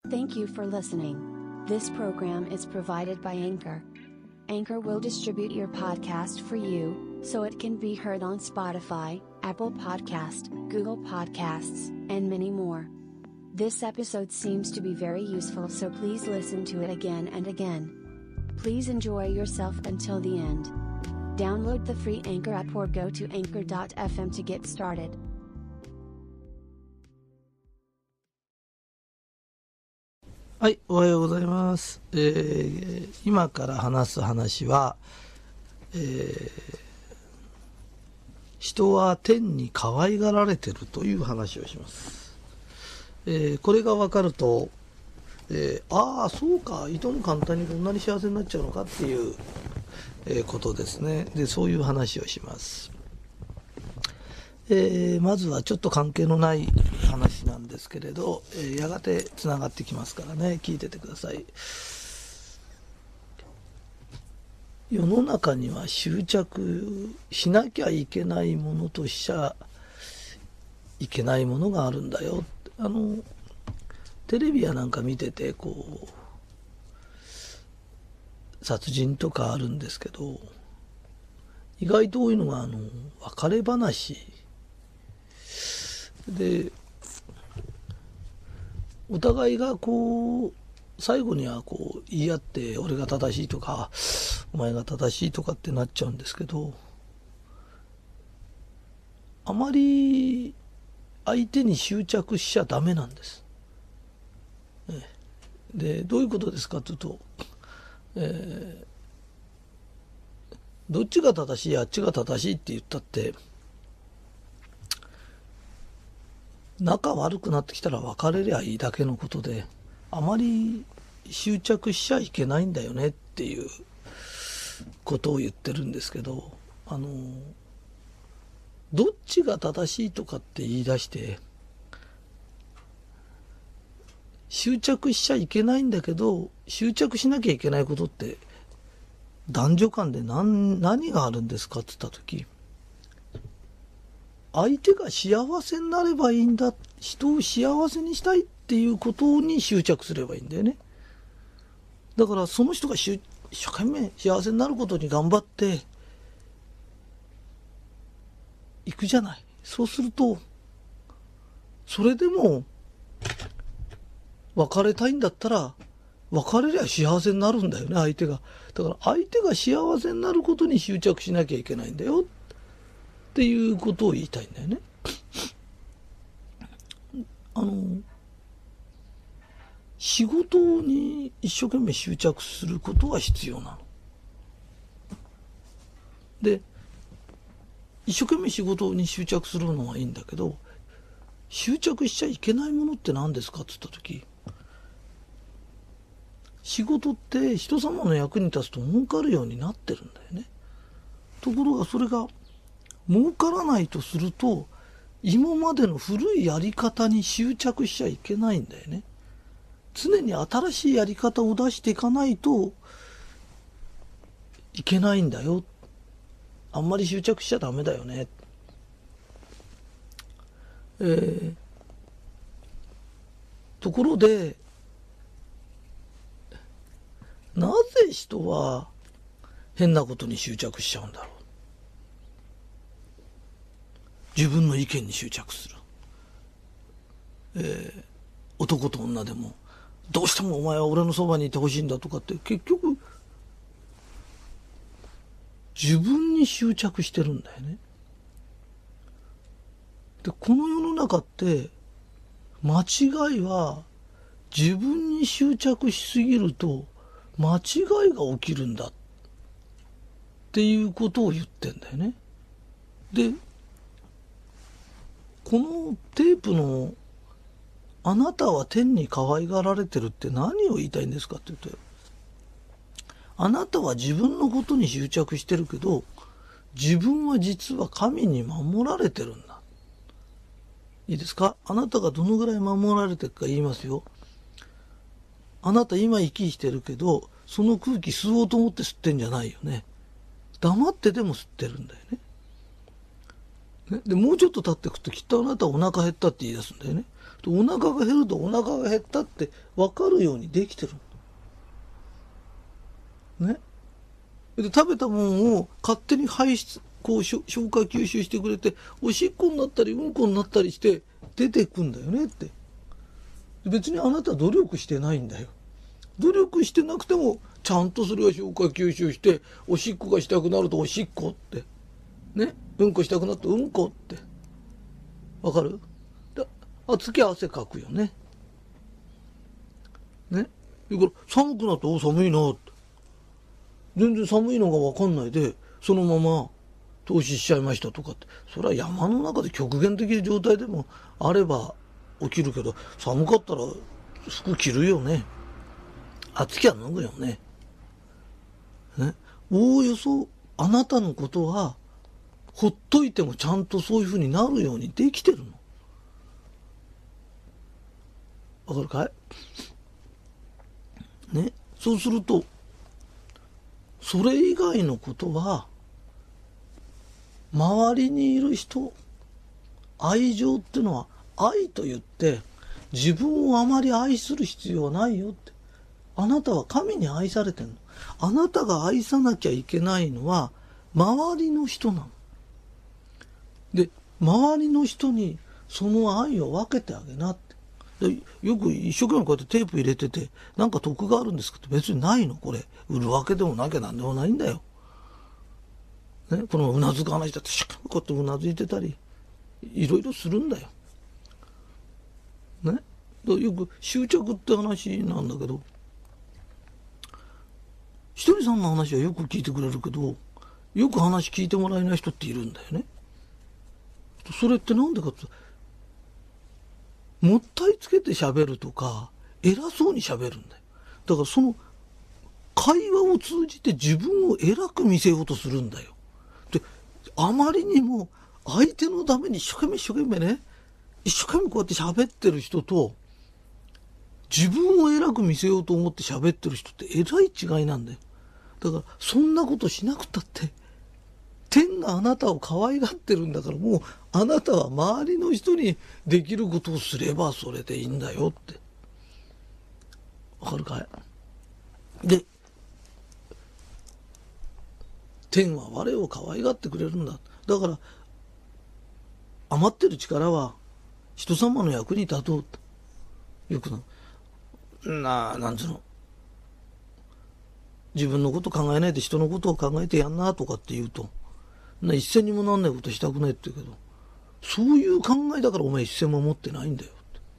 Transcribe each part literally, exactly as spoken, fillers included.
Thank you for listening. This program is provided by Anchor. Anchor will distribute your podcast for you, so it can be heard on Spotify, Apple Podcast, Google Podcasts, and many more. This episode seems to be very useful, so please listen to it again and again. Please enjoy yourself until the end. Download the free Anchor app or go to anchor dot f m to get started. はい、おはようございます。えー、今から話す話は、えー、人は天に可愛がられているという話をします。えー、これが分かると、えー、ああそうか、いとも簡単にこんなに幸せになっちゃうのかっていう、えー、ことですね。で、そういう話をします。えー、まずはちょっと関係のない話なんですけれど、えー、やがてつながってきますからね、聞いててください。世の中には執着しなきゃいけないものとしちゃいけないものがあるんだよ。あのテレビやなんか見ててこう殺人とかあるんですけど、意外と多いのがあの別れ話で、お互いがこう最後にはこう言い合って、俺が正しいとかお前が正しいとかってなっちゃうんですけど、あまり相手に執着しちゃダメなんです。で、どういうことですかというと、えー、どっちが正しいあっちが正しいって言ったって仲悪くなってきたら別れりゃいいだけのことで、あまり執着しちゃいけないんだよねっていうことを言ってるんですけど、あのどっちが正しいとかって言い出して執着しちゃいけないんだけど、執着しなきゃいけないことって男女間で 何, 何があるんですかって言った時、相手が幸せになればいいんだ、人を幸せにしたいっていうことに執着すればいいんだよね。だからその人が一生懸命幸せになることに頑張っていくじゃない。そうするとそれでも別れたいんだったら別れりゃ幸せになるんだよね、相手が。だから相手が幸せになることに執着しなきゃいけないんだよっていうことを言いたいんだよね。あの仕事に一生懸命執着することは必要なので、一生懸命仕事に執着するのはいいんだけど、執着しちゃいけないものって何ですかって言った時、仕事って人様の役に立つと儲かるようになってるんだよね。ところがそれが儲からないとすると、今までの古いやり方に執着しちゃいけないんだよね。常に新しいやり方を出していかないといけないんだよ。あんまり執着しちゃダメだよね。えー、ところで、なぜ人は変なことに執着しちゃうんだろう。自分の意見に執着する。えー、男と女でもどうしてもお前は俺のそばにいてほしいんだとかって、結局自分に執着してるんだよね。で、この世の中って間違いは自分に執着しすぎると間違いが起きるんだっていうことを言ってんだよね。で、このテープのあなたは天に可愛がられてるって何を言いたいんですかって言って、あなたは自分のことに執着してるけど、自分は実は神に守られてるんだ。いいですか？あなたがどのぐらい守られてるか言いますよ。あなた今息してるけど、その空気吸おうと思って吸ってんじゃないよね。黙ってでも吸ってるんだよね。で、もうちょっと経ってくときっとあなたお腹減ったって言い出すんだよね。 お腹が減るとお腹が減ったって分かるようにできてる。ね。で、食べたもんを勝手に排出、こう消化吸収してくれて、おしっこになったりうんこになったりして出てくんだよねって。別にあなた努力してないんだよ。努力してなくてもちゃんとそれは消化吸収して、おしっこがしたくなるとおしっこって。ね。うんこしたくなるとうんこって。わかる？で、あつき汗かくよね。ね。だから寒くなってお寒いなって。全然寒いのがわかんないで、そのまま投資しちゃいましたとかって。それは山の中で極限的な状態でもあれば起きるけど、寒かったら服着るよね。暑きゃ脱ぐよね。ね。おおよそあなたのことはほっといてもちゃんとそういうふうになるようにできてるの。わかるかい？ね。そうすると、それ以外のことは、周りにいる人、愛情っていうのは、愛と言って、自分をあまり愛する必要はないよって。あなたは神に愛されてんの。あなたが愛さなきゃいけないのは、周りの人なの。で、周りの人にその愛を分けてあげなって。でよく一生懸命こうやってテープ入れてて、なんか得があるんですかって別にないの、これ。売るわけでもなきゃなんでもないんだよ。ね、このうなずく話だって、しっかりこうやってうなずいてたり、いろいろするんだよ。ね。だよく執着って話なんだけど、ひとりさんの話はよく聞いてくれるけど、よく話聞いてもらえない人っているんだよね。それってなんでかって、もったいつけて喋るとか、偉そうに喋るんだよ。だからその会話を通じて自分を偉く見せようとするんだよ。で、あまりにも相手のために一生懸命一生懸命ね、一生懸命こうやって喋ってる人と、自分を偉く見せようと思って喋ってる人ってえらい違いなんだよ。だからそんなことしなくたって、天があなたを可愛がってるんだから、もうあなたは周りの人にできることをすればそれでいいんだよって。わかるかい？で、天は我を可愛がってくれるんだ。だから余ってる力は人様の役に立とうって。よくな、な、なんつうの。自分のこと考えないで人のことを考えてやんなとかって言うと、な一銭にもなんないことしたくないって言うけど、そういう考えだからお前一銭も持ってないんだよ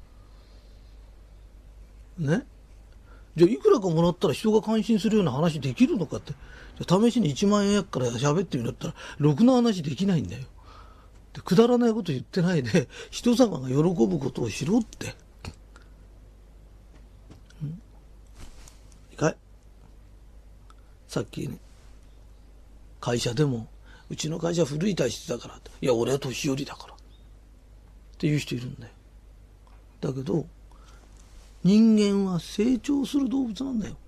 って。ね。じゃあいくらかもらったら人が感心するような話できるのかって。じゃあ試しにいちまんえんやっから喋ってみるんだったら、ろくな話できないんだよ。でくだらないこと言ってないで、人様が喜ぶことをしろって。んいいかい？さっきね、会社でも、うちの会社古い体質だから、いや俺は年寄りだからっていう人いるんだよ。だけど人間は成長する動物なんだよ。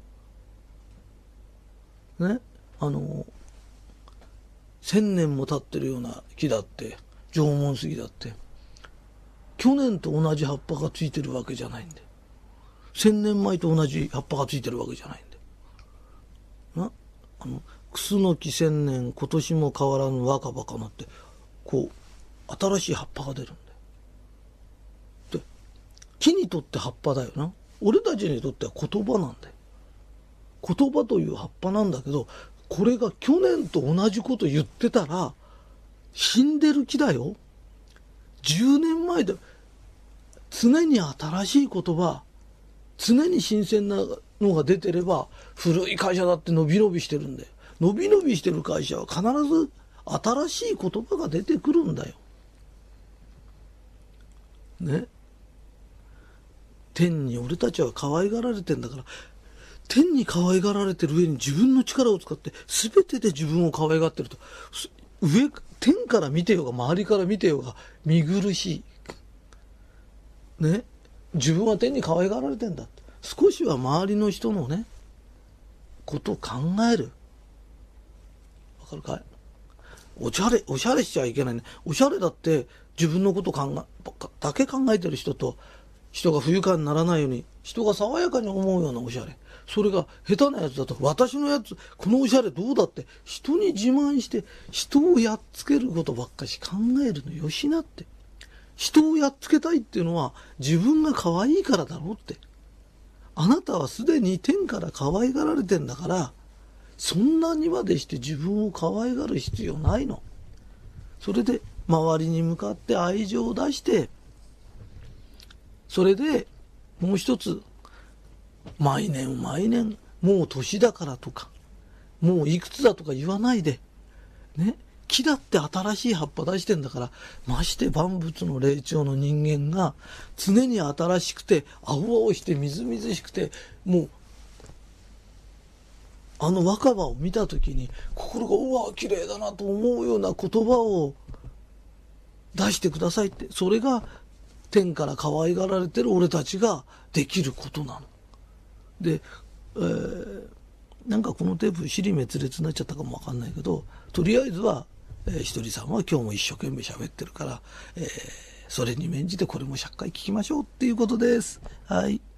ね、あの千年も経ってるような木だって、縄文杉だって去年と同じ葉っぱがついてるわけじゃないんで、千年前と同じ葉っぱがついてるわけじゃないんで、な、あのクスノキ千年今年も変わらぬ若葉かなって、こう新しい葉っぱが出るんだよ。で、木にとって葉っぱだよな。俺たちにとっては言葉なんだよ。言葉という葉っぱなんだけど、これが去年と同じこと言ってたら死んでる木だよ。じゅうねんまえで常に新しい言葉、常に新鮮なのが出てれば、古い会社だって伸び伸びしてるんだよ。伸び伸びしてる会社は必ず新しい言葉が出てくるんだよ。ね。天に俺たちは可愛がられてんだから、天に可愛がられてる上に自分の力を使って全てで自分を可愛がってると、上、天から見てようが周りから見てようが見苦しい。ね。自分は天に可愛がられてんだって。少しは周りの人のね、ことを考える。わかるかい？おしゃれ、おしゃれしちゃいけないね。おしゃれだって自分のこと考え、だけ考えてる人と、 人が不愉快にならないように、人が爽やかに思うようなおしゃれ。それが下手なやつだと、私のやつ、このおしゃれどうだって人に自慢して人をやっつけることばっかし考えるのよしなって。人をやっつけたいっていうのは自分が可愛いからだろうって。あなたはすでに天から可愛がられてんだから、そんなにまでして自分を可愛がる必要ないの。それで周りに向かって愛情を出して、それでもう一つ、毎年毎年もう年だからとか、もういくつだとか言わないでね。木だって新しい葉っぱ出してんだから、まして万物の霊長の人間が常に新しくて青々してみずみずしくて、もうあの若葉を見た時に心がうわ綺麗だなと思うような言葉を出してくださいって。それが天から可愛がられてる俺たちができることなので、えー、なんかこのテープ尻滅裂になっちゃったかもわかんないけど、とりあえずは、えー、ひとりさんは今日も一生懸命喋ってるから、えー、それに免じてこれもひゃっかい聞きましょうっていうことです。はい。